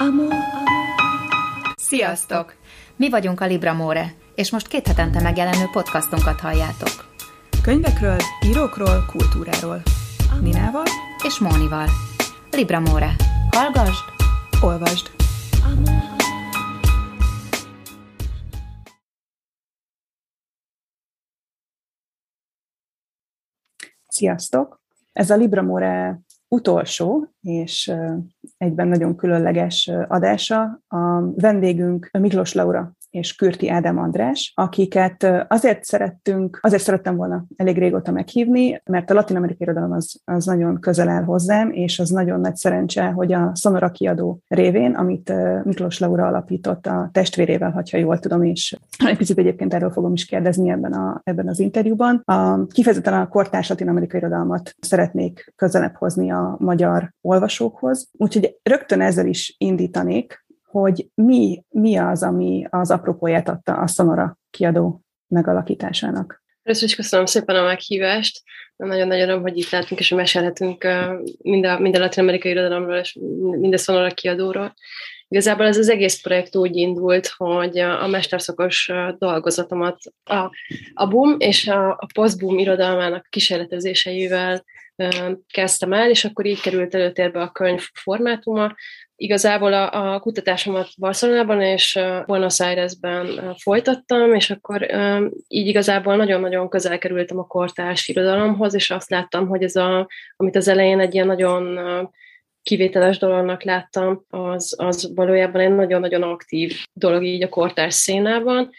Sziasztok! Mi vagyunk a Libramore, és most 2 hetente megjelenő podcastunkat halljátok. Könyvekről, írókról, kultúráról. Ninával és Mónival. Libramore. Hallgasd, olvasd! Sziasztok! Ez a Libramore utolsó és egyben nagyon különleges adása. A vendégünk Miklós Laura és Kürti Ádám András, akiket azért szerettem volna elég régóta meghívni, mert a latin-amerikai irodalom az nagyon közel áll hozzám, és az nagyon nagy szerencse, hogy a Sonora kiadó révén, amit Miklós Laura alapított a testvérével, ha jól tudom, és egy picit egyébként erről fogom is kérdezni ebben az interjúban. Kifejezetten a kortárs latin-amerikai irodalmat szeretnék közelebb hozni a magyar olvasókhoz. Úgyhogy rögtön ezzel is indítanék, hogy mi az, ami az apropóját adta a Sonora kiadó megalakításának. Először is köszönöm szépen a meghívást. Nagyon-nagyon öröm, hogy itt látunk, és mesélhetünk mind a latin-amerikai irodalomról, és mind a Sonora kiadóról. Igazából ez az egész projekt úgy indult, hogy a mesterszakos dolgozatomat a boom és a post-boom irodalmának kísérletezéseivel kezdtem el, és akkor így került előtérbe a könyv formátuma. Igazából a kutatásomat Barcelonában és Buenos Airesben folytattam, és akkor így igazából nagyon-nagyon közel kerültem a kortárs irodalomhoz, és azt láttam, hogy amit az elején egy ilyen nagyon kivételes dolognak láttam, az valójában egy nagyon-nagyon aktív dolog így a kortárs szénában,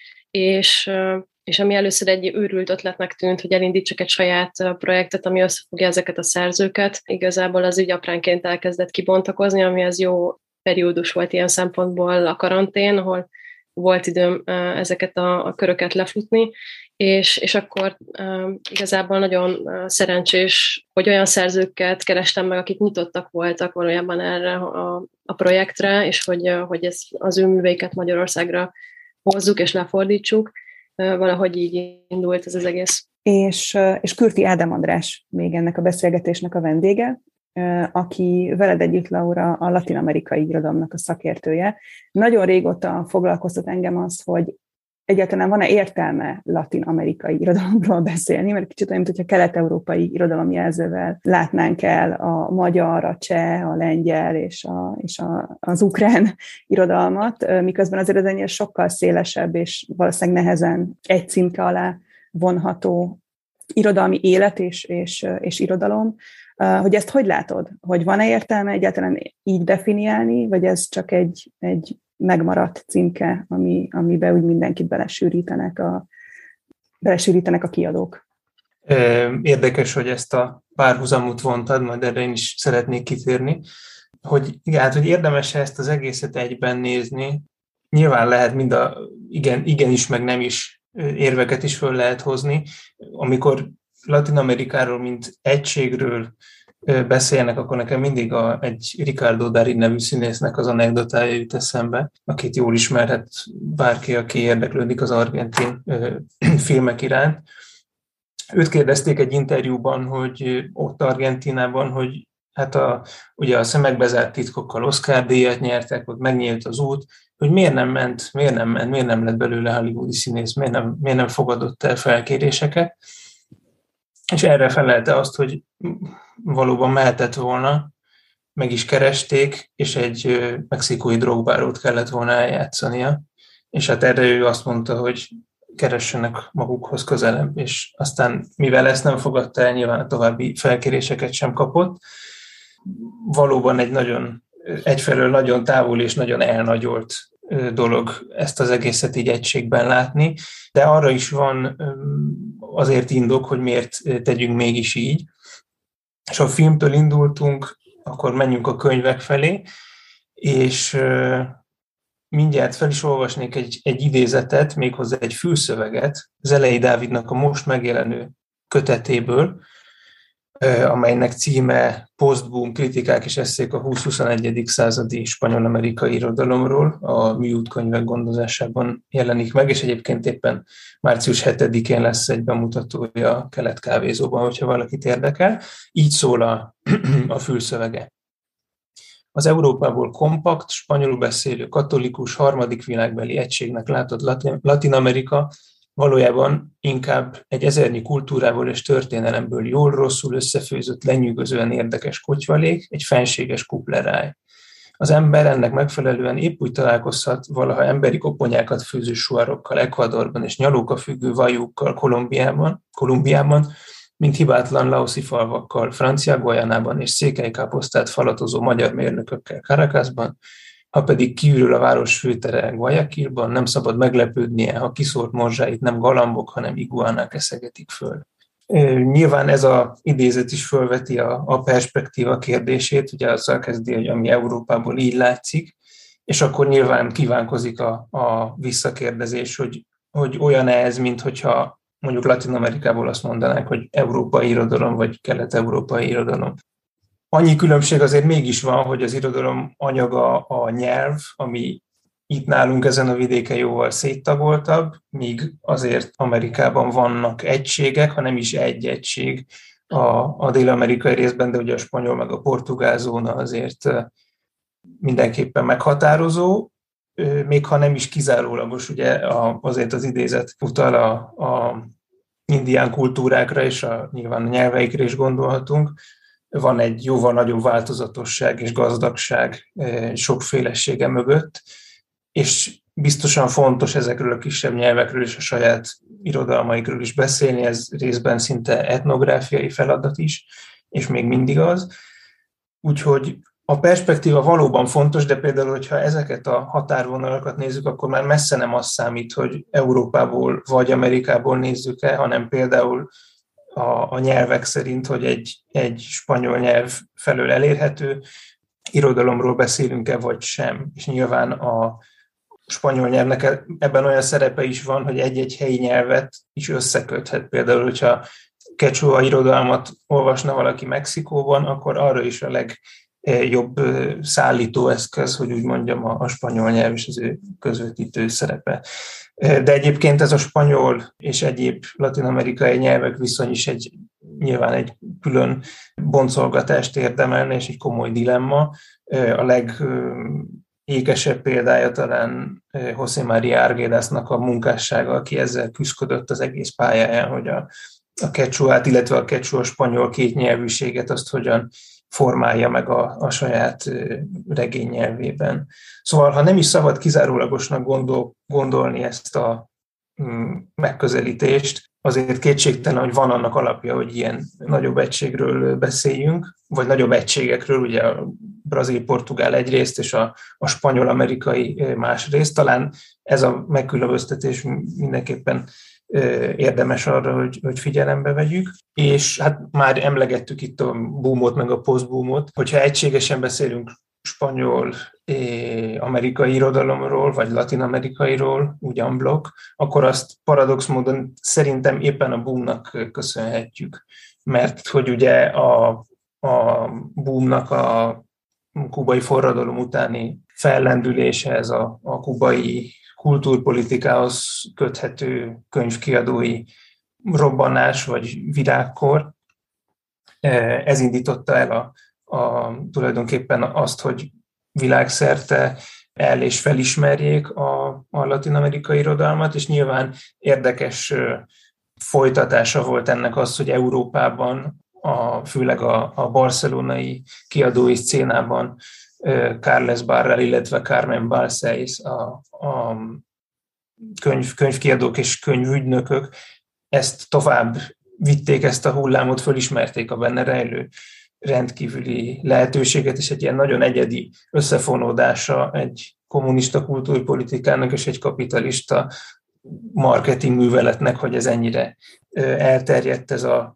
és ami először egy őrült ötletnek tűnt, hogy elindítsak egy saját projektet, ami összefogja ezeket a szerzőket. Igazából az így apránként elkezdett kibontakozni, amihez jó periódus volt ilyen szempontból a karantén, ahol volt időm ezeket a köröket lefutni, és akkor igazából nagyon szerencsés, hogy olyan szerzőket kerestem meg, akik nyitottak voltak valójában erre a projektre, és hogy az ő műveiket Magyarországra hozzuk és lefordítsuk. Valahogy így indult ez az egész. És Kürti Ádám András még ennek a beszélgetésnek a vendége, aki veled együtt, Laura, a latin-amerikai irodalomnak a szakértője. Nagyon régóta foglalkoztat engem az, hogy egyáltalán van-e értelme latin-amerikai irodalomról beszélni, mert kicsit olyan, mintha kelet-európai irodalomjelzővel látnánk el a magyar, a cseh, a lengyel és az ukrán irodalmat, miközben azért ez ennél sokkal szélesebb és valószínűleg nehezen egy címke alá vonható irodalmi élet és irodalom. Hogy ezt hogy látod? Hogy van-e értelme egyáltalán így definiálni, vagy ez csak egy megmaradt címke, amiben úgy mindenkit belesűrítenek a kiadók? Érdekes, hogy ezt a párhuzamot vontad, majd erre én is szeretnék kitérni, hogy érdemes ezt az egészet egyben nézni. Nyilván lehet mind igenis, meg nem is érveket is föl lehet hozni. Amikor Latin-Amerikáról, mint egységről beszélnek, akkor nekem mindig egy Ricardo Darín nevű színésznek az anekdotája jut eszembe, akit jól ismerhet bárki, aki érdeklődik az argentin filmek iránt. Őt kérdezték egy interjúban, hogy ott Argentínában, hogy hát ugye a Szemekbe zárt titkokkal Oscar-díjat nyertek, vagy megnyílt az út, hogy miért nem lett belőle hollywoodi színész, miért nem fogadott el felkéréseket. És erre felelte azt, hogy valóban mehetett volna, meg is keresték, és egy mexikói drogbárót kellett volna eljátszania. És hát erre ő azt mondta, hogy keressenek magukhoz közelebb, és aztán mivel ezt nem fogadta el, nyilván a további felkéréseket sem kapott. Valóban egyfelől nagyon távol és nagyon elnagyolt dolog ezt az egészet így egységben látni, de arra is van azért indok, hogy miért tegyünk mégis így. És a filmtől indultunk, akkor menjünk a könyvek felé, és mindjárt fel is olvasnék egy idézetet, méghozzá egy fülszöveget Zelei Dávidnak a most megjelenő kötetéből, amelynek címe Postboom kritikák és esszék a 20-21. századi spanyol-amerikai irodalomról, a Műút könyvek gondozásában jelenik meg, és egyébként éppen március 7-én lesz egy bemutatója a Kelet Kávézóban, hogyha valakit érdekel. Így szól a fülszövege. az Európából kompakt, spanyolul beszélő, katolikus, harmadik világbeli egységnek látott Latin Amerika valójában inkább egy ezernyi kultúrából és történelemből jól-rosszul összefőzött, lenyűgözően érdekes kotyvalék, egy fenséges kupleráj. Az ember ennek megfelelően épp úgy találkozhat valaha emberi koponyákat főző suarokkal Ecuadorban és nyalókafüggő vajúkkal Kolumbiában, mint hibátlan laoszi falvakkal Francia Guyanában és székelykáposztát falatozó magyar mérnökökkel Caracasban, ha pedig kiürül a város főtere Guayaquilban, nem szabad meglepődnie, ha kiszórt morzsáit nem galambok, hanem iguánák eszegetik föl. Nyilván ez az idézet is fölveti a perspektíva kérdését, ugye azzal kezdi, hogy ami Európából így látszik, és akkor nyilván kívánkozik a visszakérdezés, hogy olyan ez, mint hogyha mondjuk Latin-Amerikából azt mondanák, hogy európai irodalom, vagy kelet-európai irodalom. Annyi különbség azért mégis van, hogy az irodalom anyaga a nyelv, ami itt nálunk ezen a vidéken jóval széttagoltabb, míg azért Amerikában vannak egységek, ha nem is egy egység a dél-amerikai részben, de ugye a spanyol meg a portugál zóna azért mindenképpen meghatározó, még ha nem is kizárólagos, ugye azért az idézet utal a indián kultúrákra, és nyilván a nyelveikre is gondolhatunk. Van egy jóval nagyobb változatosság és gazdagság sokfélesége mögött, és biztosan fontos ezekről a kisebb nyelvekről és a saját irodalmaikról is beszélni, ez részben szinte etnográfiai feladat is, és még mindig az. Úgyhogy a perspektíva valóban fontos, de például, hogyha ezeket a határvonalakat nézzük, akkor már messze nem az számít, hogy Európából vagy Amerikából nézzük-e, hanem például a nyelvek szerint, hogy egy spanyol nyelv felől elérhető irodalomról beszélünk-e, vagy sem. És nyilván a spanyol nyelvnek ebben olyan szerepe is van, hogy egy-egy helyi nyelvet is összeköthet. Például, hogyha quechua irodalmat olvasna valaki Mexikóban, akkor arra is a legjobb szállítóeszköz, hogy úgy mondjam, a spanyol nyelv és az ő közvetítő szerepe. De egyébként ez a spanyol és egyéb latin-amerikai nyelvek viszony is nyilván egy külön boncolgatást érdemelne, és egy komoly dilemma. A legékesebb példája talán José María Arguedasnak a munkássága, aki ezzel küzdött az egész pályáján, hogy a quechuát, illetve a quechua-spanyol kétnyelvűséget azt hogyan formálja meg a saját regénynyelvében. Szóval, ha nem is szabad kizárólagosnak gondolni ezt a megközelítést, azért kétségtelen, hogy van annak alapja, hogy ilyen nagyobb egységről beszéljünk, vagy nagyobb egységekről, ugye a brazil-portugál egyrészt, és a spanyol-amerikai másrészt. Talán ez a megkülönböztetés mindenképpen érdemes arra, hogy figyelembe vegyük. És hát már emlegettük itt a boomot, meg a posztboomot, hogyha egységesen beszélünk spanyol, amerikai irodalomról, vagy latin-amerikairól, úgy en bloc, akkor azt paradox módon szerintem éppen a boomnak köszönhetjük. Mert hogy ugye a boomnak a kubai forradalom utáni fellendülése, ez a kubai kultúrpolitikához köthető könyvkiadói robbanás vagy virágkor, ez indította el tulajdonképpen azt, hogy világszerte el- és felismerjék a latin-amerikai irodalmat, és nyilván érdekes folytatása volt ennek az, hogy Európában, főleg a barcelonai kiadói szcénában Carles Barral, illetve Carmen Balcells, a könyvkiadók és könyvügynökök ezt tovább vitték, ezt a hullámot, fölismerték a benne rejlő rendkívüli lehetőséget, és egy ilyen nagyon egyedi összefonódása egy kommunista kultúrpolitikának és egy kapitalista marketing műveletnek, hogy ez ennyire elterjedt,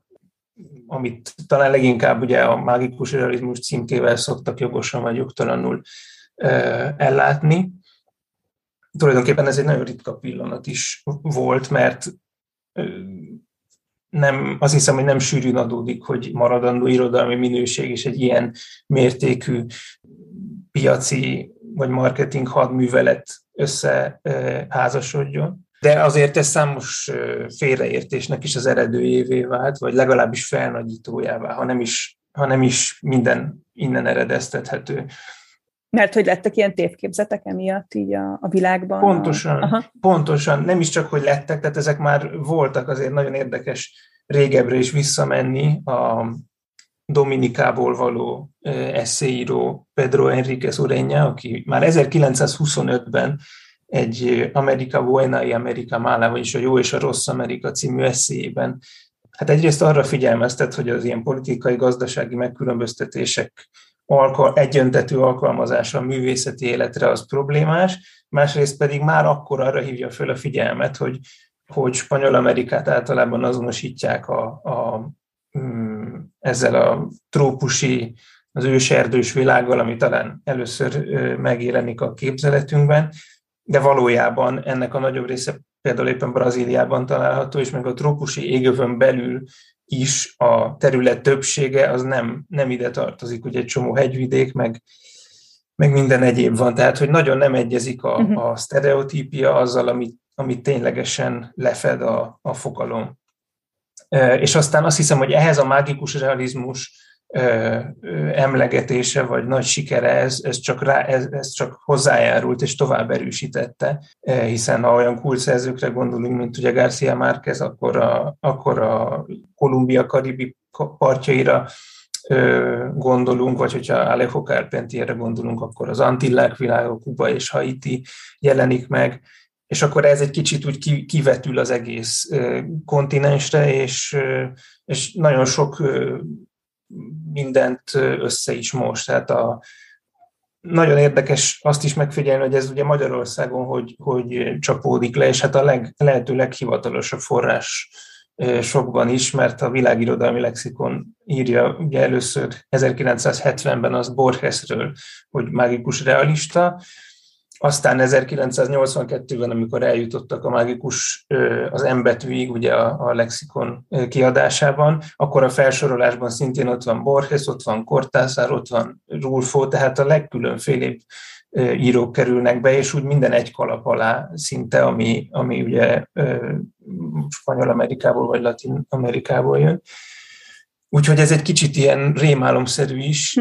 amit talán leginkább ugye a mágikus realizmus címkével szoktak jogosan vagy jogtalanul ellátni. Tulajdonképpen ez egy nagyon ritka pillanat is volt, mert azt hiszem, hogy nem sűrűn adódik, hogy maradandó irodalmi minőség és egy ilyen mértékű piaci vagy marketing hadművelet összeházasodjon. De azért ez számos félreértésnek is az eredőjévé vált, vagy legalábbis felnagyítójává, ha nem is minden innen eredeztethető. Mert hogy lettek ilyen tévképzetek emiatt így a világban? Pontosan. Nem is csak, hogy lettek, tehát ezek már voltak, azért nagyon érdekes régebbre is visszamenni. A Dominikából való esszéíró Pedro Enríquez Ureña, aki már 1925-ben egy America Buena y America Mala, vagyis a Jó és a Rossz Amerika című esszéjében, hát egyrészt arra figyelmeztet, hogy az ilyen politikai, gazdasági megkülönböztetések egyöntetű alkalmazása a művészeti életre az problémás, másrészt pedig már akkor arra hívja föl a figyelmet, hogy Spanyol-Amerikát általában azonosítják ezzel a trópusi, az őserdős világgal, ami talán először megjelenik a képzeletünkben, de valójában ennek a nagyobb része például éppen Brazíliában található, és meg a trópusi égövön belül is a terület többsége az nem ide tartozik, ugye egy csomó hegyvidék, meg minden egyéb van, tehát hogy nagyon nem egyezik a sztereotípia azzal, amit ténylegesen lefed a fogalom. És aztán azt hiszem, hogy ehhez a mágikus realizmus emlegetése, vagy nagy sikere, ez csak hozzájárult és tovább erősítette, hiszen ha olyan kulcsszerzőkre gondolunk, mint ugye García Márquez, akkor a Kolumbia-Karibi partjaira gondolunk, vagy hogyha Alejo Carpentierre gondolunk, akkor az Antillák világa, Kuba és Haiti jelenik meg, és akkor ez egy kicsit úgy kivetül az egész kontinensre, és nagyon sok mindent össze is most. Tehát nagyon érdekes azt is megfigyelni, hogy ez ugye Magyarországon hogy csapódik le, és hát a lehető leghivatalosabb forrás sokban is, mert a Világirodalmi Lexikon írja ugye először 1970-ben az Borgesről, hogy mágikus realista, aztán 1982-ben, amikor eljutottak a mágikus az M-betűig, ugye a lexikon kiadásában, akkor a felsorolásban szintén ott van Borges, ott van Cortázar, ott van Rulfo, tehát a legkülönfélébb írók kerülnek be, és úgy minden egy kalap alá szinte, ami ugye Spanyol-Amerikából vagy Latin-Amerikából jön. Úgyhogy ez egy kicsit ilyen rémálomszerű is,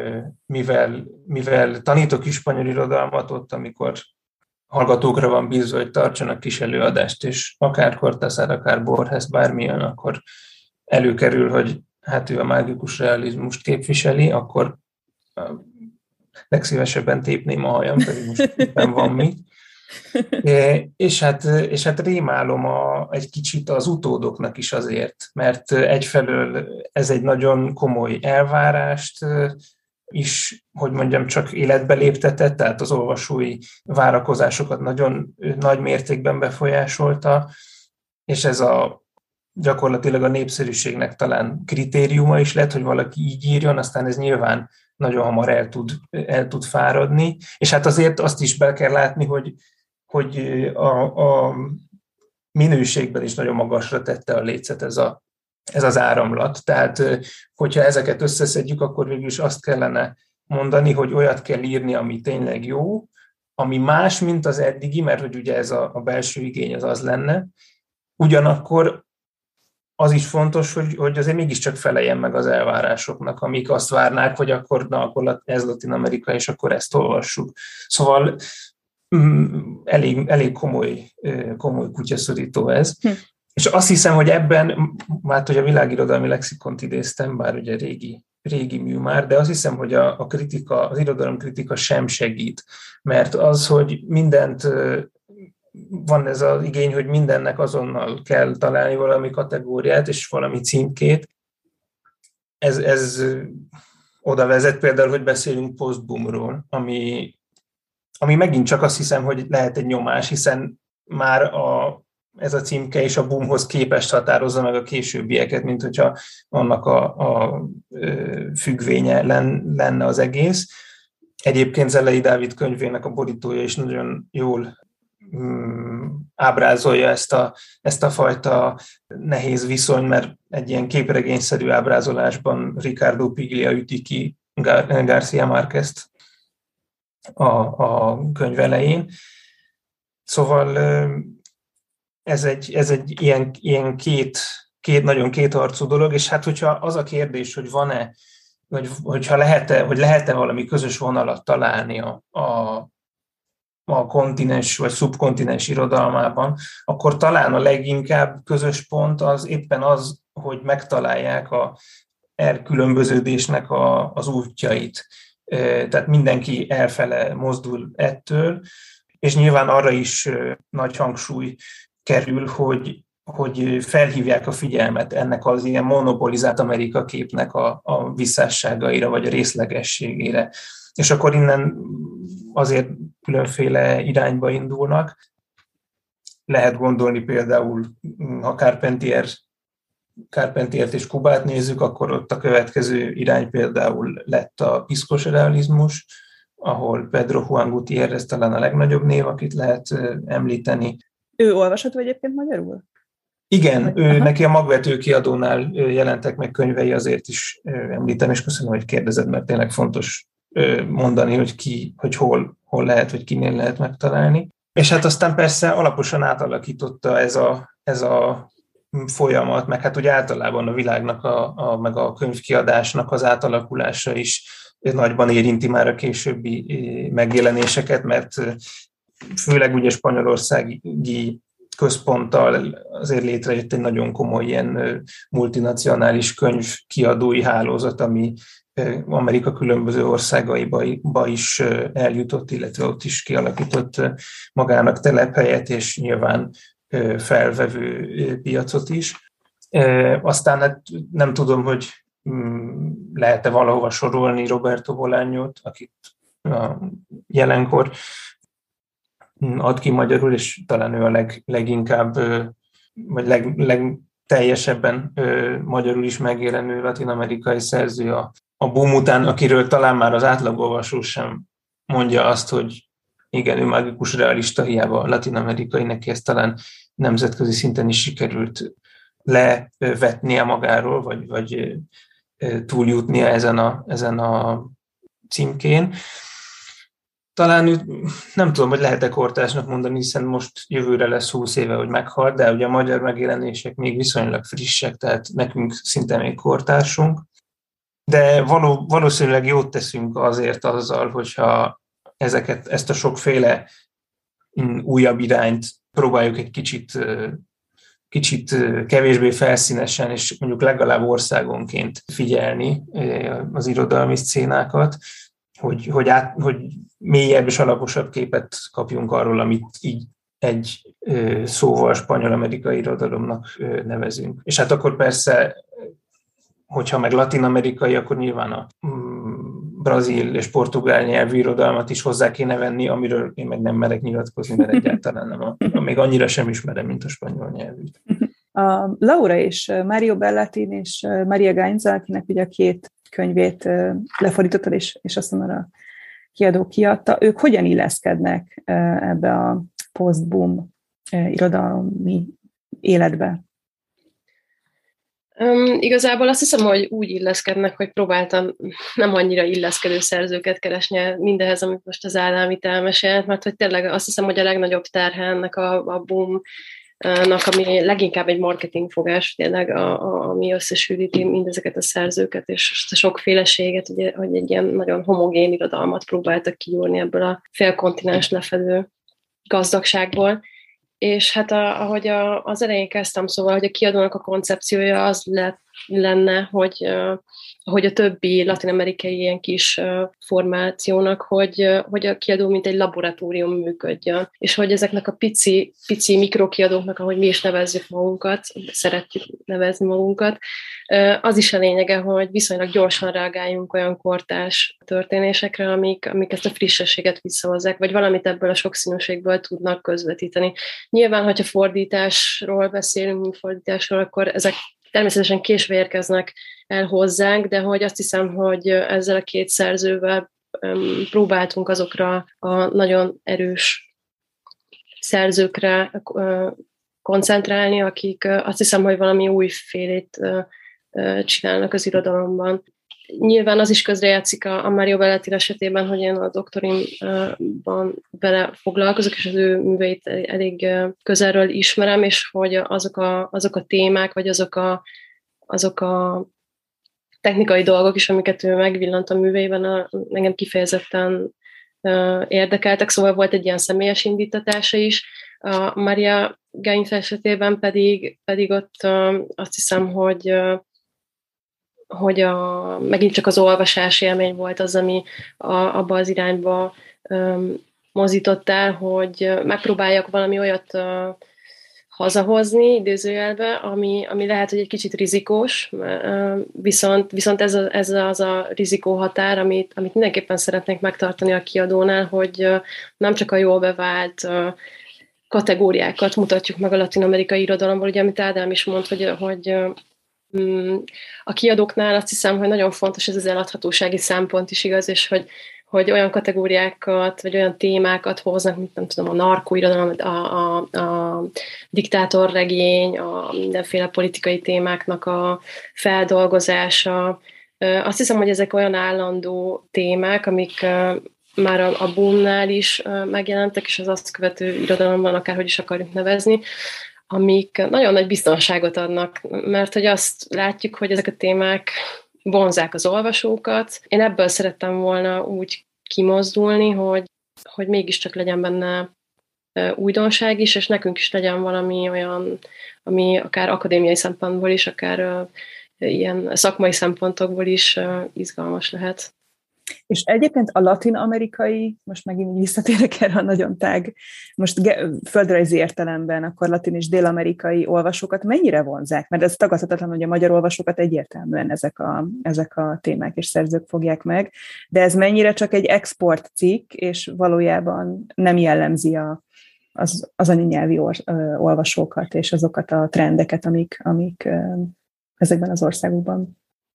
mivel tanítok is spanyol irodalmat ott, amikor hallgatókra van bízva, hogy tartsanak kis előadást, és akár Cortázar, akár Borges, bármilyen, akkor előkerül, hogy hát ő a mágikus realizmust képviseli, akkor legszívesebben tépném a hajam, pedig most éppen van mi. És hát rémálom egy kicsit az utódoknak is azért, mert egyfelől ez egy nagyon komoly elvárást is, hogy mondjam, csak életbe léptetett, tehát az olvasói várakozásokat nagyon nagy mértékben befolyásolta, és ez gyakorlatilag a népszerűségnek talán kritériuma is lett, hogy valaki így írjon, aztán ez nyilván nagyon hamar el tud fáradni, és hát azért azt is be kell látni, hogy a minőségben is nagyon magasra tette a lécet ez az áramlat. Tehát, hogyha ezeket összeszedjük, akkor végül is azt kellene mondani, hogy olyat kell írni, ami tényleg jó, ami más, mint az eddigi, mert hogy ugye ez a belső igény az lenne. Ugyanakkor az is fontos, hogy azért mégiscsak feleljen meg az elvárásoknak, amik azt várnák, hogy akkor ez Latin-Amerika, és akkor ezt olvassuk. Szóval elég komoly kutyaszorító ez. És azt hiszem, hogy ebben, már hogy a Világirodalmi Lexikont idéztem, bár ugye régi mű már, de azt hiszem, hogy az irodalomkritika sem segít, mert az, hogy mindent van ez az igény, hogy mindennek azonnal kell találni valami kategóriát és valami címkét, ez oda vezet például, hogy beszélünk post-boomról, ami megint csak azt hiszem, hogy lehet egy nyomás, hiszen már ez a címke és a boomhoz képest határozza meg a későbbieket, mint hogyha annak a függvénye lenne az egész. Egyébként Zellei Dávid könyvének a borítója is nagyon jól ábrázolja ezt a fajta nehéz viszony, mert egy ilyen képregényszerű ábrázolásban Ricardo Piglia üti ki García Márquezt a könyv elején. Szóval ez egy ilyen két nagyon kétarcú dolog, és hát hogyha az a kérdés, hogy van-e hogyha lehet-e valami közös vonalat találni a kontinens vagy szubkontinens irodalmában, akkor talán a leginkább közös pont az éppen az, hogy megtalálják a elkülönböződésnek az útjait. Tehát mindenki elfele mozdul ettől, és nyilván arra is nagy hangsúly kerül, hogy felhívják a figyelmet ennek az ilyen monopolizált Amerika képnek a visszásságaira, vagy a részlegességére. És akkor innen azért különféle irányba indulnak. Lehet gondolni például, ha Carpentiert és Kubát nézzük, akkor ott a következő irány például lett a piszkos realizmus, ahol Pedro Juan Gutiérrez talán a legnagyobb név, akit lehet említeni. Ő olvasható egyébként magyarul? Igen, neki a Magvető kiadónál jelentek meg könyvei, azért is említem, és köszönöm, hogy kérdezed, mert tényleg fontos mondani, hogy hol lehet, vagy kinél lehet megtalálni. És hát aztán persze alaposan átalakította ez a folyamat, meg hát ugye általában a világnak, meg a könyvkiadásnak az átalakulása is nagyban érinti már a későbbi megjelenéseket, mert főleg ugye spanyolországi központtal azért létrejött egy nagyon komoly ilyen multinacionális könyvkiadói hálózat, ami Amerika különböző országaiba is eljutott, illetve ott is kialakított magának telephelyet, és nyilván felvevő piacot is. Aztán hát nem tudom, hogy lehet-e valahova sorolni Roberto Bolañót, akit jelenkor ad ki magyarul, és talán ő a leginkább, vagy legteljesebben magyarul is megjelenő latin-amerikai szerző a boom után, akiről talán már az átlagolvasó sem mondja azt, hogy igen, ő mágikus realista, hiába latin-amerikai, neki ezt talán nemzetközi szinten is sikerült levetnie magáról, vagy túljutnia ezen a címkén. Talán nem tudom, hogy lehet-e kortársnak mondani, hiszen most jövőre lesz 20 éve, hogy meghalt, de ugye a magyar megjelenések még viszonylag frissek, tehát nekünk szinte még kortársunk. De valószínűleg jót teszünk azért azzal, hogyha ezt a sokféle újabb irányt próbáljuk egy kicsit kevésbé felszínesen, és mondjuk legalább országonként figyelni az irodalmi szcénákat, hogy mélyebb és alaposabb képet kapjunk arról, amit így egy szóval spanyol-amerikai irodalomnak nevezünk. És hát akkor persze, hogyha meg latin-amerikai, akkor nyilván a brazil és portugál nyelvű irodalmat is hozzá kéne venni, amiről én meg nem merek nyilatkozni, mert egyáltalán nem. Még annyira sem ismerem, mint a spanyol nyelvűt. A Laura és Mario Bellatin és Maria Gainza, akinek ugye a 2 könyvét lefordítottad, és aztán a kiadó kiadta, ők hogyan illeszkednek ebbe a post-boom irodalmi életbe? Igazából azt hiszem, hogy úgy illeszkednek, hogy próbáltam nem annyira illeszkedő szerzőket keresni mindehez, amit most az Ádám itt elmesélt, mert hogy tényleg azt hiszem, hogy a legnagyobb terhe ennek a boomnak, ami leginkább egy marketing fogás, tényleg, ami összesűríti mindezeket a szerzőket, és a sokféleséget, ugye, hogy egy ilyen nagyon homogén irodalmat próbáltak kigyúrni ebből a félkontinens lefedő gazdagságból. És hát ahogy az elején kezdtem, szóval, hogy a kiadónak a koncepciója az lenne, hogy a többi latin-amerikai ilyen kis formációnak, hogy a kiadó mint egy laboratórium működjön, és hogy ezeknek a pici mikrokiadóknak, ahogy mi is nevezzük magunkat, szeretjük nevezni magunkat, az is a lényege, hogy viszonylag gyorsan reagáljunk olyan kortárs történésekre, amik ezt a frissességet visszahozzák, vagy valamit ebből a sokszínűségből tudnak közvetíteni. Nyilván, hogyha fordításról beszélünk, műfordításról, akkor ezek természetesen késve érkeznek el hozzánk, de hogy azt hiszem, hogy ezzel a 2 szerzővel próbáltunk azokra a nagyon erős szerzőkre koncentrálni, akik azt hiszem, hogy valami újfélét csinálnak az irodalomban. Nyilván az is közrejátszik a Mario Bellatin esetében, hogy én a doktorimban vele foglalkozok, és az ő műveit elég közelről ismerem, és hogy azok a témák, vagy azok a technikai dolgok is, amiket ő megvillant a műveiben, engem kifejezetten érdekeltek, szóval volt egy ilyen személyes indítatása is. A Maria Gaines esetében pedig ott azt hiszem, hogy megint csak az olvasási élmény volt az, ami abba az irányba mozdított el, hogy megpróbáljak valami olyat hazahozni, idézőjelbe, ami lehet, hogy egy kicsit rizikós, viszont ez az a rizikóhatár, amit mindenképpen szeretnék megtartani a kiadónál, hogy nem csak a jól bevált kategóriákat mutatjuk meg a latin-amerikai irodalomból, ugye, amit Ádám is mond, hogy a kiadóknál azt hiszem, hogy nagyon fontos ez az eladhatósági szempont is igaz, és hogy olyan kategóriákat, vagy olyan témákat hoznak, mint nem tudom, a narkóirodalom, a diktátorregény, a mindenféle politikai témáknak a feldolgozása. Azt hiszem, hogy ezek olyan állandó témák, amik már a boomnál is megjelentek, és az azt követő irodalomban, akárhogy is akarjuk nevezni, amik nagyon nagy biztonságot adnak, mert hogy azt látjuk, hogy ezek a témák vonzák az olvasókat. Én ebből szerettem volna úgy kimozdulni, hogy mégiscsak legyen benne újdonság is, és nekünk is legyen valami olyan, ami akár akadémiai szempontból is, akár ilyen szakmai szempontokból is izgalmas lehet. És egyébként a latin-amerikai, most megint visszatérek erre a nagyon tág, most földrajzi értelemben akkor latin és dél-amerikai olvasókat mennyire vonzák? Mert ez tagadhatatlan, hogy a magyar olvasókat egyértelműen ezek a témák és szerzők fogják meg, de ez mennyire csak egy export cikk, és valójában nem jellemzi az anyanyelvi olvasókat és azokat a trendeket, amik ezekben az országokban.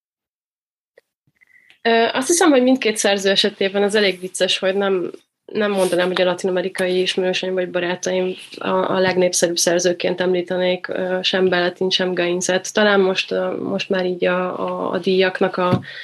Azt hiszem, hogy mindkét szerző esetében az elég vicces, hogy nem mondanám, hogy a latin-amerikai ismerőseim vagy barátaim a legnépszerűbb szerzőként említenék sem Belletint, sem Gainset. Talán most már így a díjaknak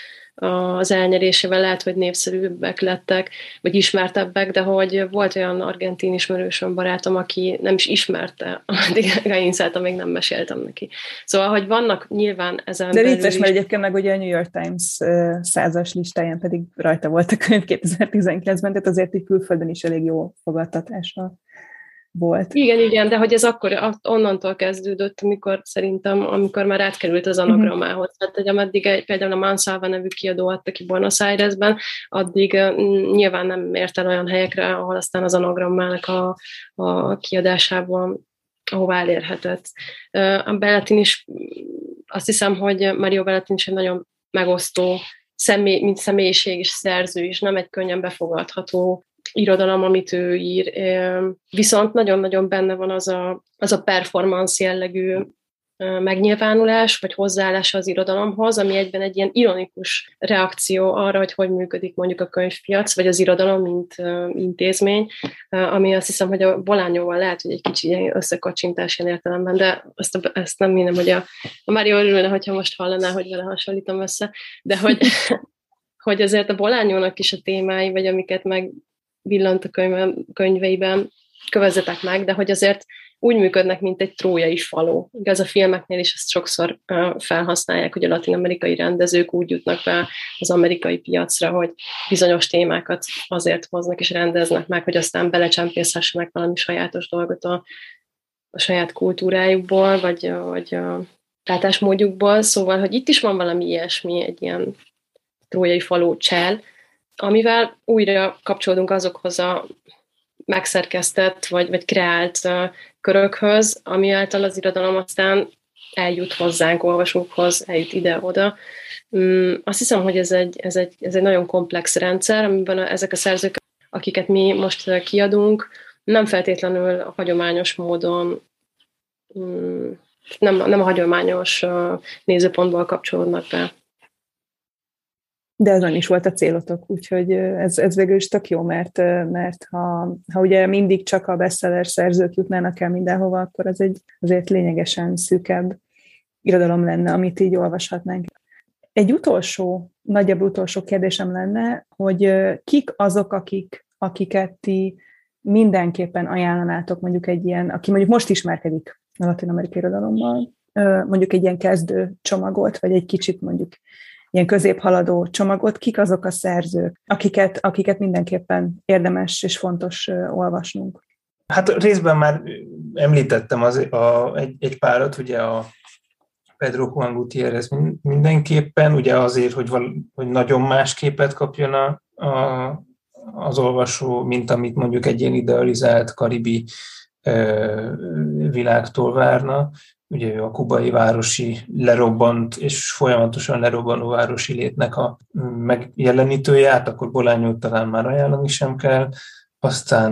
az elnyerésével lehet, hogy népszerűbbek lettek, vagy ismertebbek, de hogy volt olyan argentin ismerősöm barátom, aki nem is ismerte a Gainset, amíg nem meséltem neki. Szóval, hogy vannak nyilván ezen de vicces, mert egyébként meg ugye a New York Times 100-as listáján pedig rajta volt a könyv 2019-ben, tehát azért így külföldön is elég jó fogadtatása volt. Igen, de hogy ez akkor onnantól kezdődött, amikor már átkerült az anagrammához. Tehát, hogy ameddig például a Mansalva nevű kiadó adta ki Buenos Airesben, addig nyilván nem ért el olyan helyekre, ahol aztán az anagrammának a kiadásában, ahová elérhetett. A Belletin is, azt hiszem, hogy Mario Belletin is egy nagyon megosztó mint személyiség és szerző is, nem egy könnyen befogadható irodalom, amit ő ír, viszont nagyon-nagyon benne van az a performance jellegű megnyilvánulás, vagy hozzáállása az irodalomhoz, ami egyben egy ilyen ironikus reakció arra, hogy működik mondjuk a könyvpiac, vagy az irodalom, mint intézmény, ami azt hiszem, hogy a Bolányóval lehet, hogy egy kicsi összekacsintás ilyen értelemben, de ezt nem hinnem, hogy a Mário örülne, hogyha most hallaná, hogy vele hasonlítom össze, de hogy azért a Bolányónak is a témái, vagy amiket megvillant a könyveiben, kövezzetek meg, de hogy azért úgy működnek, mint egy trójai falu. Igaz, a filmeknél is ezt sokszor felhasználják, hogy a latin-amerikai rendezők úgy jutnak be az amerikai piacra, hogy bizonyos témákat azért hoznak és rendeznek meg, hogy aztán belecsempészhessenek valami sajátos dolgot a saját kultúrájukból, vagy a látásmódjukból. Szóval, hogy itt is van valami ilyesmi, egy ilyen trójai falu csel, amivel újra kapcsolódunk azokhoz a megszerkesztett vagy kreált körökhöz, ami által az irodalom aztán eljut hozzánk, olvasókhoz, eljut ide-oda. Azt hiszem, hogy ez egy nagyon komplex rendszer, amiben ezek a szerzők, akiket mi most kiadunk, nem feltétlenül a hagyományos módon, nem a hagyományos nézőpontból kapcsolódnak be. De ezen is volt a célotok, úgyhogy ez végül is tök jó, mert ha ugye mindig csak a bestseller szerzők jutnának el mindenhova, akkor az egy azért lényegesen szűkebb irodalom lenne, amit így olvashatnánk. Egy nagyobb utolsó kérdésem lenne, hogy kik azok, akiket ti mindenképpen ajánlanátok, mondjuk egy ilyen, aki mondjuk most ismerkedik a latin-amerikai irodalommal, mondjuk egy ilyen kezdő csomagot, vagy egy kicsit mondjuk ilyen középhaladó csomagot, kik azok a szerzők, akiket mindenképpen érdemes és fontos olvasnunk? Hát részben már említettem egy párat, ugye a Pedro Juan Gutiérrez mindenképpen, ugye azért, hogy nagyon más képet kapjon az olvasó, mint amit mondjuk egy ilyen idealizált karibi világtól várna. Ugye ő a kubai városi lerobbant és folyamatosan lerobbanó városi létnek a megjelenítője, akkor Bolányót talán már ajánlani sem kell. Aztán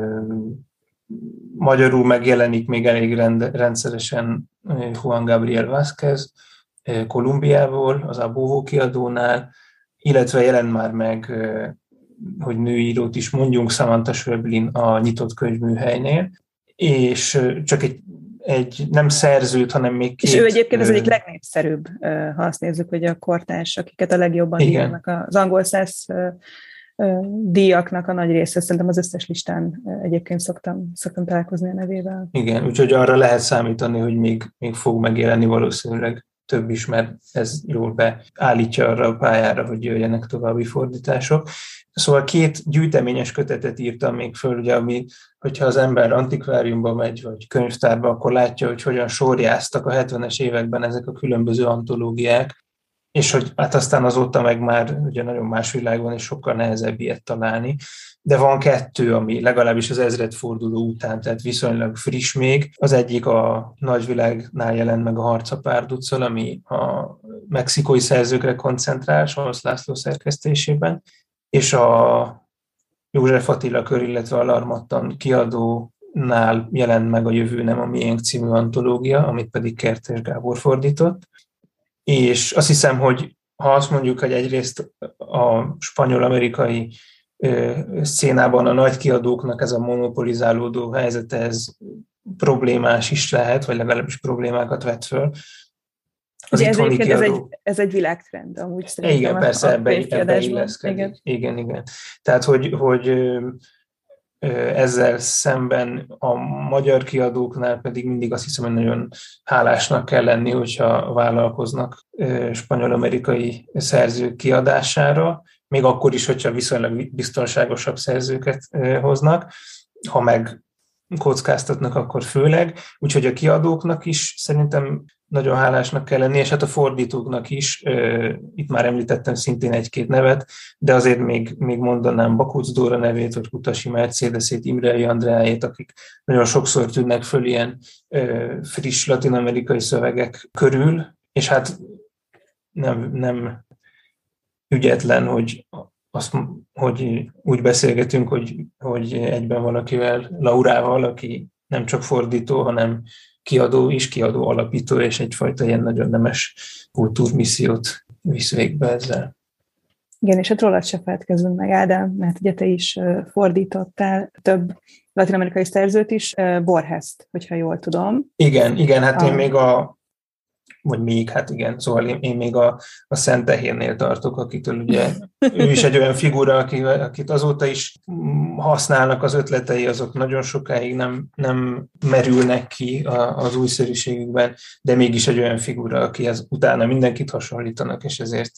magyarul megjelenik még elég rendszeresen Juan Gabriel Vázquez Kolumbiából, az Abóvó kiadónál, illetve jelent már meg, hogy nőírót is mondjunk, Samantha Schweblin a Nyitott Könyvműhelynél, és csak egy nem szerzőt, hanem még két... És ő egyébként az egyik legnépszerűbb, ha azt nézzük, hogy a kortárs, akiket a legjobban írnak az angol száz díjaknak a nagy része, szerintem az összes listán egyébként szoktam találkozni a nevével. Igen, úgyhogy arra lehet számítani, hogy még fog megjelenni valószínűleg több is, mert ez jól beállítja arra a pályára, hogy jöjjenek további fordítások. Szóval 2 gyűjteményes kötetet írtam még föl, ugye, hogyha az ember antikváriumba megy, vagy könyvtárba, akkor látja, hogy hogyan sorjáztak a 70-es években ezek a különböző antológiák, és hogy hát aztán azóta meg már ugye nagyon más világban, és sokkal nehezebb ilyet találni. De van 2, ami legalábbis az ezredforduló után, tehát viszonylag friss még. Az egyik a nagyvilágnál jelent meg a Harc a párduccal, ami a mexikói szerzőkre koncentrál, Solsz László szerkesztésében, és a József Attila kör, illetve a Larmattan kiadónál jelent meg a Jövő nem a miénk című antológia, amit pedig Kertész Gábor fordított. És azt hiszem, hogy ha azt mondjuk, hogy egyrészt a spanyol-amerikai szcénában a nagy kiadóknak ez a monopolizálódó helyzete, ez problémás is lehet, vagy legalábbis problémákat vet föl. Az itthoni kiadó... ez egy világtrend, amúgy szerintem. Igen, persze, ebbe illeszkedik. Igen. Tehát, hogy ezzel szemben a magyar kiadóknál pedig mindig azt hiszem, hogy nagyon hálásnak kell lenni, hogyha vállalkoznak spanyol-amerikai szerzők kiadására, még akkor is, hogyha viszonylag biztonságosabb szerzőket hoznak, ha meg kockáztatnak, akkor főleg. Úgyhogy a kiadóknak is szerintem nagyon hálásnak kell lenni, és hát a fordítóknak is, itt már említettem szintén 1-2 nevet, de azért még mondanám Bakóc Dóra nevét, vagy Kutasi Mercedesét, Imrei Andreájét, akik nagyon sokszor tűnnek föl ilyen friss latin-amerikai szövegek körül, és hát nem ügyetlen, hogy úgy beszélgetünk, hogy egyben valakivel, Laurával, aki nem csak fordító, hanem kiadó is, kiadó alapító, és egyfajta ilyen nagyon nemes kultúrmissziót visz végbe ezzel. Igen, és hát rólad se feledkezzünk meg, Ádám, mert ugye te is fordítottál több latin-amerikai szerzőt is, Borgest, hogyha jól tudom. Igen, hát én még szóval én még a Szentehérnél tartok, akitől ugye ő is egy olyan figura, akit azóta is használnak az ötletei, azok nagyon sokáig nem merülnek ki az újszerűségükben, de mégis egy olyan figura, akihez utána mindenkit hasonlítanak, és ezért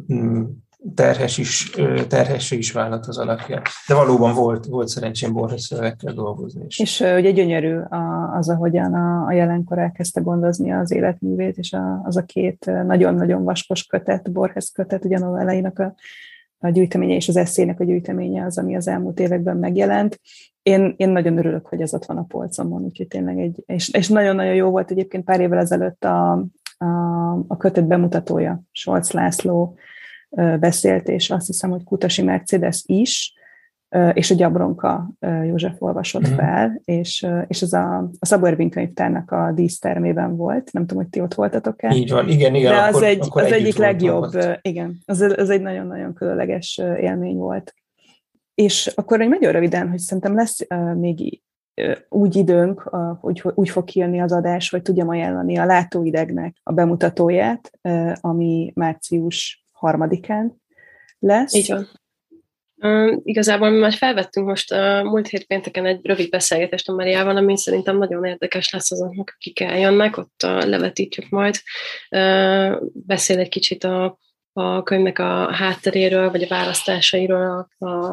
terhessé is vállalt az alakja. De valóban volt szerencsém Borgest szövegekkel dolgozni is. És ugye gyönyörű az, ahogyan a jelenkor elkezdte gondozni az életművét, és az a 2 nagyon-nagyon vaskos kötet, Borgest kötet, ugye a novelláinak a gyűjteménye és az eszének a gyűjteménye az, ami az elmúlt években megjelent. Én nagyon örülök, hogy ez ott van a polcomon, úgyhogy tényleg és nagyon-nagyon jó volt egyébként pár évvel ezelőtt a kötet bemutatója, Solsz László beszélt, és azt hiszem, hogy Kutasi Mercedes is, és a Gyabronka József olvasott fel, és ez a Szabó Ervin könyvtárnak a dísztermében volt. Nem tudom, hogy ti ott voltatok-e. Így van, igen. De az egyik legjobb, igen, az egy nagyon-nagyon különleges élmény volt. És akkor nagyon röviden, hogy szerintem lesz még úgy időnk, hogy úgy fog kijönni az adás, hogy tudjam ajánlani a Látóidegnek a bemutatóját, ami március 3-án lesz. Így van. Igazából mi már felvettünk most múlt hét pénteken egy rövid beszélgetést a Mariával, ami szerintem nagyon érdekes lesz azoknak, akik eljönnek, ott levetítjük majd. Beszél egy kicsit a könyvnek a hátteréről, vagy a választásairól,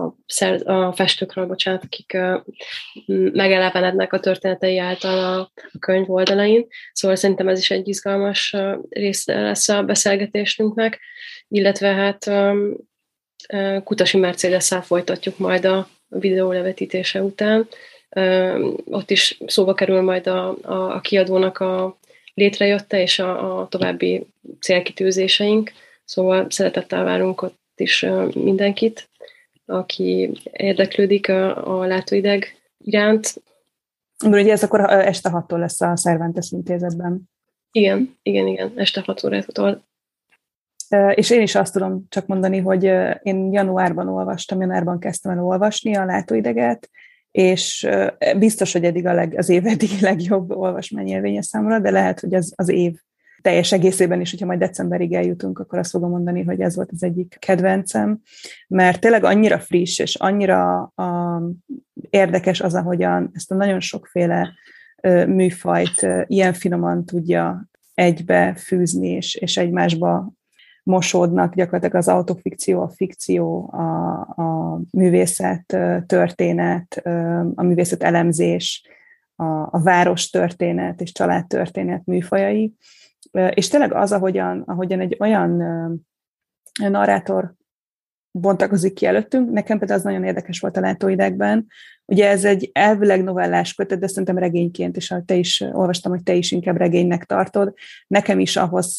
a festőkről, bocsánat, akik megelevenednek a történetei által a könyv oldalain. Szóval szerintem ez is egy izgalmas része lesz a beszélgetésünknek, illetve hát Kutasi Mercedes-szel folytatjuk majd a videó levetítése után. Ott is szóba kerül majd a kiadónak a létrejötte és a további célkitűzéseink. Szóval szeretettel várunk ott is mindenkit, aki érdeklődik a látóideg iránt. Ugye ez akkor este 6-tól lesz a Cervantes Intézetben. Igen, este 6 órától. És én is azt tudom csak mondani, hogy én januárban kezdtem el olvasni a látóideget, és biztos, hogy eddig az év eddigi legjobb olvasmányélménye számomra, de lehet, hogy az év teljes egészében is, hogyha majd decemberig eljutunk, akkor azt fogom mondani, hogy ez volt az egyik kedvencem, mert tényleg annyira friss, és annyira érdekes az, ahogyan ezt a nagyon sokféle műfajt ilyen finoman tudja egybe fűzni, és egymásba mosódnak gyakorlatilag az autofikció, a fikció, a művészet történet, a művészet elemzés, a város történet és családtörténet műfajai. És tényleg az, ahogyan egy olyan narrátor bontakozik ki előttünk, nekem például az nagyon érdekes volt a Látóidegben. Ugye ez egy elvileg novellás kötet, de szerintem regényként, és te is olvastam, hogy te is inkább regénynek tartod. Nekem is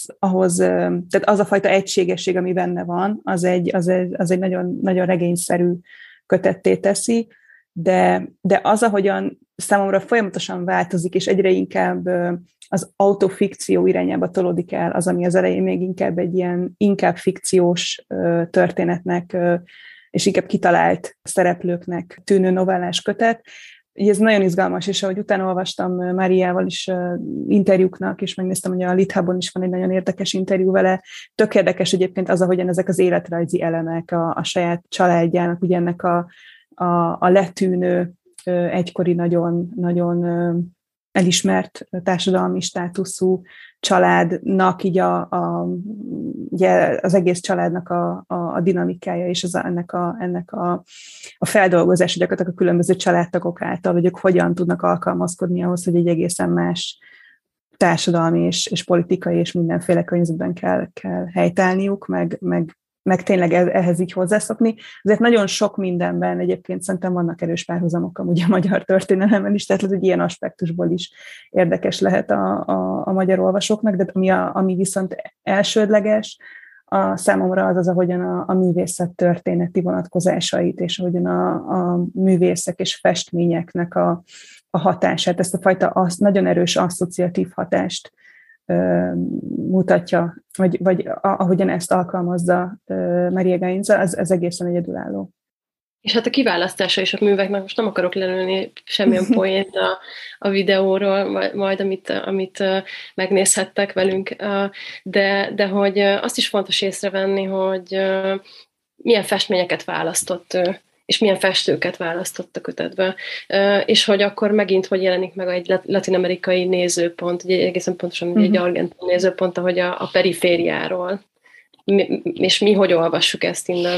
tehát az a fajta egységesség, ami benne van, az egy nagyon, nagyon regényszerű kötetté teszi, de az, ahogyan számomra folyamatosan változik, és egyre inkább az autofikció irányába tolódik el, az, ami az elején még inkább egy ilyen fikciós történetnek, és inkább kitalált szereplőknek tűnő novellás kötet. Ez nagyon izgalmas, és ahogy utána olvastam Máriával is interjúknak, és megnéztem, hogy a Lithában is van egy nagyon érdekes interjú vele. Tök érdekes egyébként az, ahogyan ezek az életrajzi elemek a saját családjának, ugye ennek a letűnő, egykori nagyon elismert társadalmi státuszú családnak, így ugye az egész családnak a dinamikája, és ennek a feldolgozása gyakorlatilag a különböző családtagok által, hogy ők hogyan tudnak alkalmazkodni ahhoz, hogy egy egészen más társadalmi és politikai és mindenféle környezetben kell helytállniuk, meg tényleg ehhez így hozzászokni. Azért nagyon sok mindenben egyébként szerintem vannak erős párhuzamok amúgy a magyar történelemben is, tehát hogy ilyen aspektusból is érdekes lehet a magyar olvasóknak, de ami viszont elsődleges, számomra az, ahogyan a művészet történeti vonatkozásait, és ahogyan a művészek és festményeknek a hatását, ezt a fajta nagyon erős asszociatív hatást mutatja, vagy ahogyan ezt alkalmazza Maria Gainza, ez egészen egyedülálló. És hát a kiválasztása is a műveknek, most nem akarok lelőni semmilyen poént a videóról, majd amit megnézhettek velünk, de hogy azt is fontos észrevenni, hogy milyen festményeket választott ő, és milyen festőket választott a kötetbe, és hogy akkor megint hogy jelenik meg egy latin-amerikai nézőpont, ugye egészen pontosan egy argentin nézőpont, ahogy a perifériáról, és mi hogy olvassuk ezt innen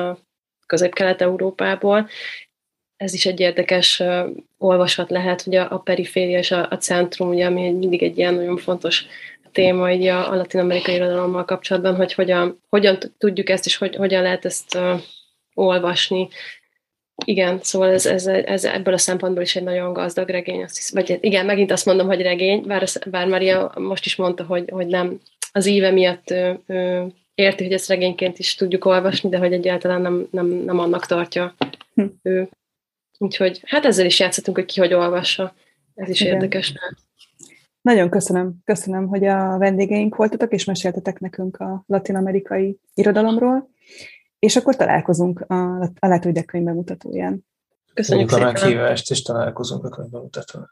Közép-Kelet-Európából. Ez is egy érdekes olvasat lehet, hogy a periféria és a centrum, ugye, ami mindig egy ilyen nagyon fontos téma így a latin-amerikai irodalommal kapcsolatban, hogy hogyan tudjuk ezt, és hogyan lehet ezt olvasni. Igen, szóval ez ebből a szempontból is egy nagyon gazdag regény. Azt hiszem, vagy igen, megint azt mondom, hogy regény, bár Maria most is mondta, hogy nem az íve miatt érti, hogy ezt regényként is tudjuk olvasni, de hogy egyáltalán nem annak tartja ő. Úgyhogy hát ezzel is játszottunk, hogy ki hogy olvassa. Ez is érdekes. Nagyon köszönöm, hogy a vendégeink voltatok, és meséltetek nekünk a latin-amerikai irodalomról. És akkor találkozunk a Látóideg könyv bemutatóján. Köszönjük szépen a meghívást, és találkozunk a könyv bemutatón.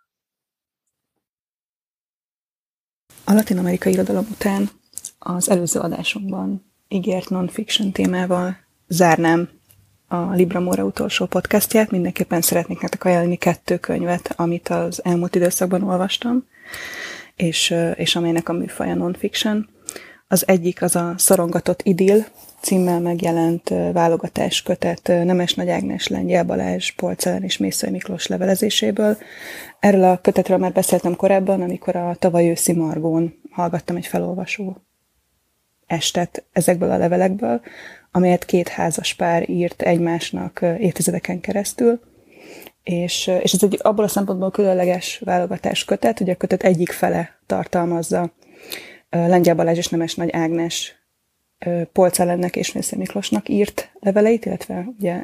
A latin-amerikai irodalom után az előző adásunkban ígért non-fiction témával zárnám a Libra More utolsó podcastját. Mindenképpen szeretnék nektek ajánlani 2 könyvet, amit az elmúlt időszakban olvastam, és amelynek a műfaja non-fiction. Az egyik az a Szorongatott idill címmel megjelent válogatás kötet Nemes Nagy Ágnes, Lengyel Balázs, Polcz és Mészöly Miklós levelezéséből. Erről a kötetről már beszéltem korábban, amikor a tavaly őszi Margón hallgattam egy felolvasó estet ezekből a levelekből, amelyet 2 házas pár írt egymásnak évtizedeken keresztül. És ez egy abból a szempontból különleges válogatás kötet, hogy a kötet egyik fele tartalmazza Lengyel Balázs és Nemes Nagy Ágnes Polcz Ellennek és Mészöly Miklósnak írt leveleit, illetve ugye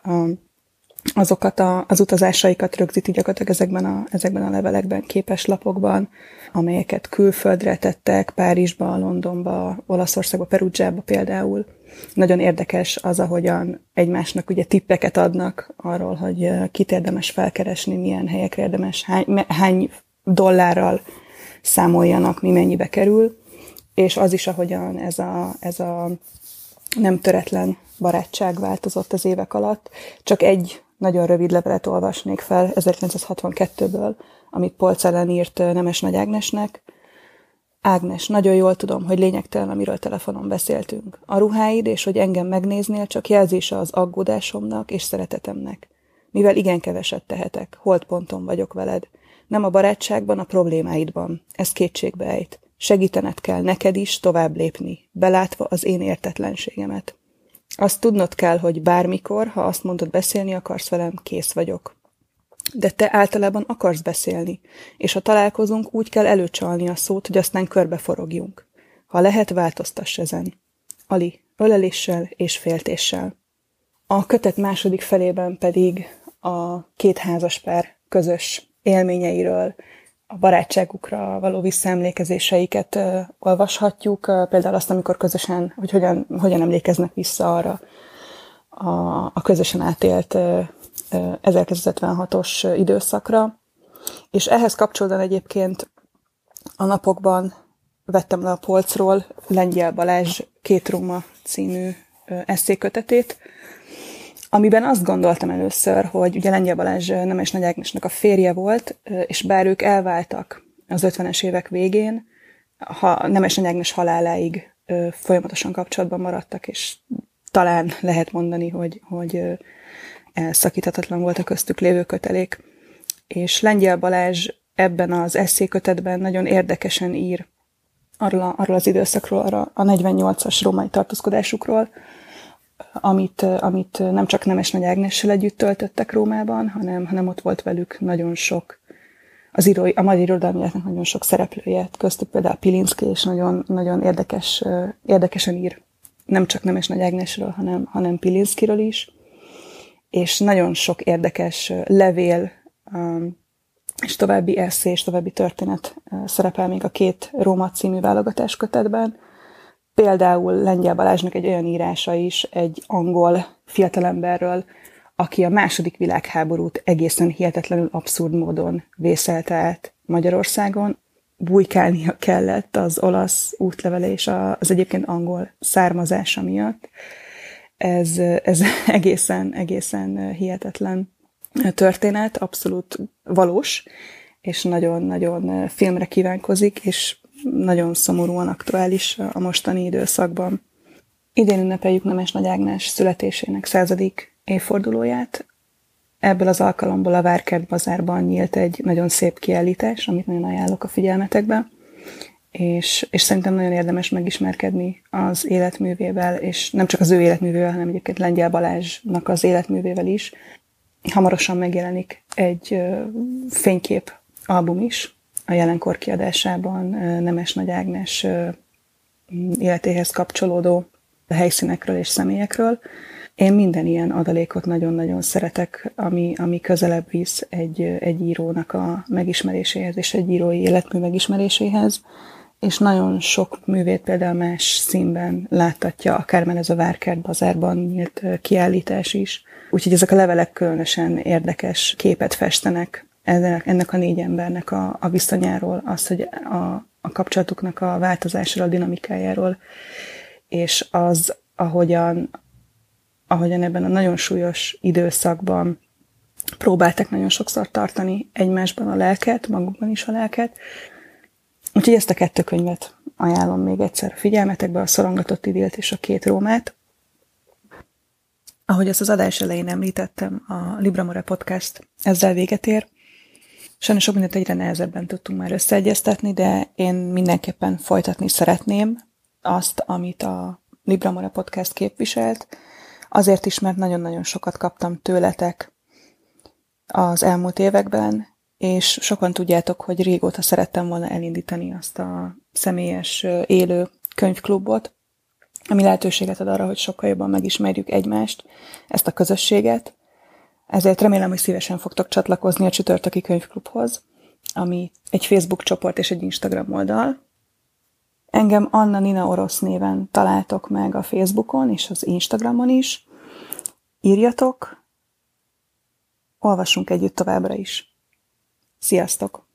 azokat az utazásaikat rögzíti gyakorlatilag ezekben a levelekben, képeslapokban, amelyeket külföldre tettek, Párizsba, Londonba, Olaszországba, Perugiába például. Nagyon érdekes az, ahogyan egymásnak ugye tippeket adnak arról, hogy kit érdemes felkeresni, milyen helyekre érdemes, hány dollárral számoljanak, mi mennyibe kerül, és az is, ahogyan ez a nem töretlen barátság változott az évek alatt. Csak egy nagyon rövid levelet olvasnék fel 1962-ből, amit Polcz Ellen írt Nemes Nagy Ágnesnek. Ágnes, nagyon jól tudom, hogy lényegtelen, amiről telefonon beszéltünk. A ruháid, és hogy engem megnéznél, csak jelzése az aggódásomnak és szeretetemnek. Mivel igen keveset tehetek, holdponton vagyok veled. Nem a barátságban, a problémáidban. Ez kétségbe ejt. Segítened kell neked is tovább lépni, belátva az én értetlenségemet. Azt tudnod kell, hogy bármikor, ha azt mondod, beszélni akarsz velem, kész vagyok. De te általában akarsz beszélni, és ha találkozunk, úgy kell előcsalni a szót, hogy aztán körbeforogjunk. Ha lehet, változtass ezen. Ali, öleléssel és féltéssel. A kötet második felében pedig a 2 házaspár közös élményeiről, a barátságukra való visszaemlékezéseiket olvashatjuk, például azt, amikor közösen, hogy hogyan emlékeznek vissza arra a közösen átélt 1956-os időszakra. És ehhez kapcsolódóan egyébként a napokban vettem le a polcról Lengyel Balázs 2 Róma című esszékötetét, amiben azt gondoltam először, hogy ugye Lengyel Balázs Nemes Nagy Ágnesnek a férje volt, és bár ők elváltak az 50-es évek végén, ha Nemes Nagy Ágnes haláláig folyamatosan kapcsolatban maradtak, és talán lehet mondani, hogy elszakíthatatlan volt a köztük lévő kötelék. És Lengyel Balázs ebben az esszékötetben nagyon érdekesen ír arról az időszakról, arra a 48-as római tartózkodásukról, amit nem csak Nemes Nagy Ágnessel együtt töltöttek Rómában, hanem ott volt velük nagyon sok, a magyar irodalmi életnek nagyon sok szereplője, köztük például Pilinszky, és nagyon, nagyon érdekesen ír nem csak Nemes Nagy Ágnesről, hanem Pilinszkyről is, és nagyon sok érdekes levél és további esszé és további történet szerepel még a 2 Róma című válogatás kötetben. Például Lengyel Balázsnak egy olyan írása is egy angol fiatalemberről, aki a II. Világháborút egészen hihetetlenül abszurd módon vészelte át Magyarországon. Bujkálnia kellett az olasz útlevele és az egyébként angol származása miatt. Ez egészen hihetetlen történet, abszolút valós, és nagyon-nagyon filmre kívánkozik, és nagyon szomorúan aktuális a mostani időszakban. Idén ünnepeljük Nemes Nagy Ágnes születésének 100. évfordulóját. Ebből az alkalomból a Várkert Bazárban nyílt egy nagyon szép kiállítás, amit nagyon ajánlok a figyelmetekbe, és szerintem nagyon érdemes megismerkedni az életművével, és nem csak az ő életművével, hanem egyébként Lengyel Balázsnak az életművével is. Hamarosan megjelenik egy fénykép album is, a jelenkor kiadásában Nemes Nagy Ágnes életéhez kapcsolódó helyszínekről és személyekről. Én minden ilyen adalékot nagyon-nagyon szeretek, ami közelebb visz egy írónak a megismeréséhez és egy írói életmű megismeréséhez, és nagyon sok művét például más színben láttatja, akár már ez a Várkert Bazárban nyílt kiállítás is. Úgyhogy ezek a levelek különösen érdekes képet festenek ennek a 4 embernek a viszonyáról, az, hogy a kapcsolatuknak a változásról, a dinamikájáról, és az, ahogyan ebben a nagyon súlyos időszakban próbáltak nagyon sokszor tartani egymásban a lelket, magukban is a lelket, Úgyhogy ezt a 2 könyvet ajánlom még egyszer a figyelmetekbe, a Szorongatott Idilt és a 2 Rómát. Ahogy ezt az adás elején említettem, a Libramore Podcast ezzel véget ér. Sajnos sok mindent egyre nehezebben tudtunk már összeegyeztetni, de én mindenképpen folytatni szeretném azt, amit a Libramore Podcast képviselt. Azért is, mert nagyon-nagyon sokat kaptam tőletek az elmúlt években, és sokan tudjátok, hogy régóta szerettem volna elindítani azt a személyes élő könyvklubot, ami lehetőséget ad arra, hogy sokkal jobban megismerjük egymást, ezt a közösséget. Ezért remélem, hogy szívesen fogtok csatlakozni a Csütörtöki Könyvklubhoz, ami egy Facebook csoport és egy Instagram oldal. Engem Anna Nina Orosz néven találtok meg a Facebookon és az Instagramon is. Írjatok, olvassunk együtt továbbra is. Sziasztok!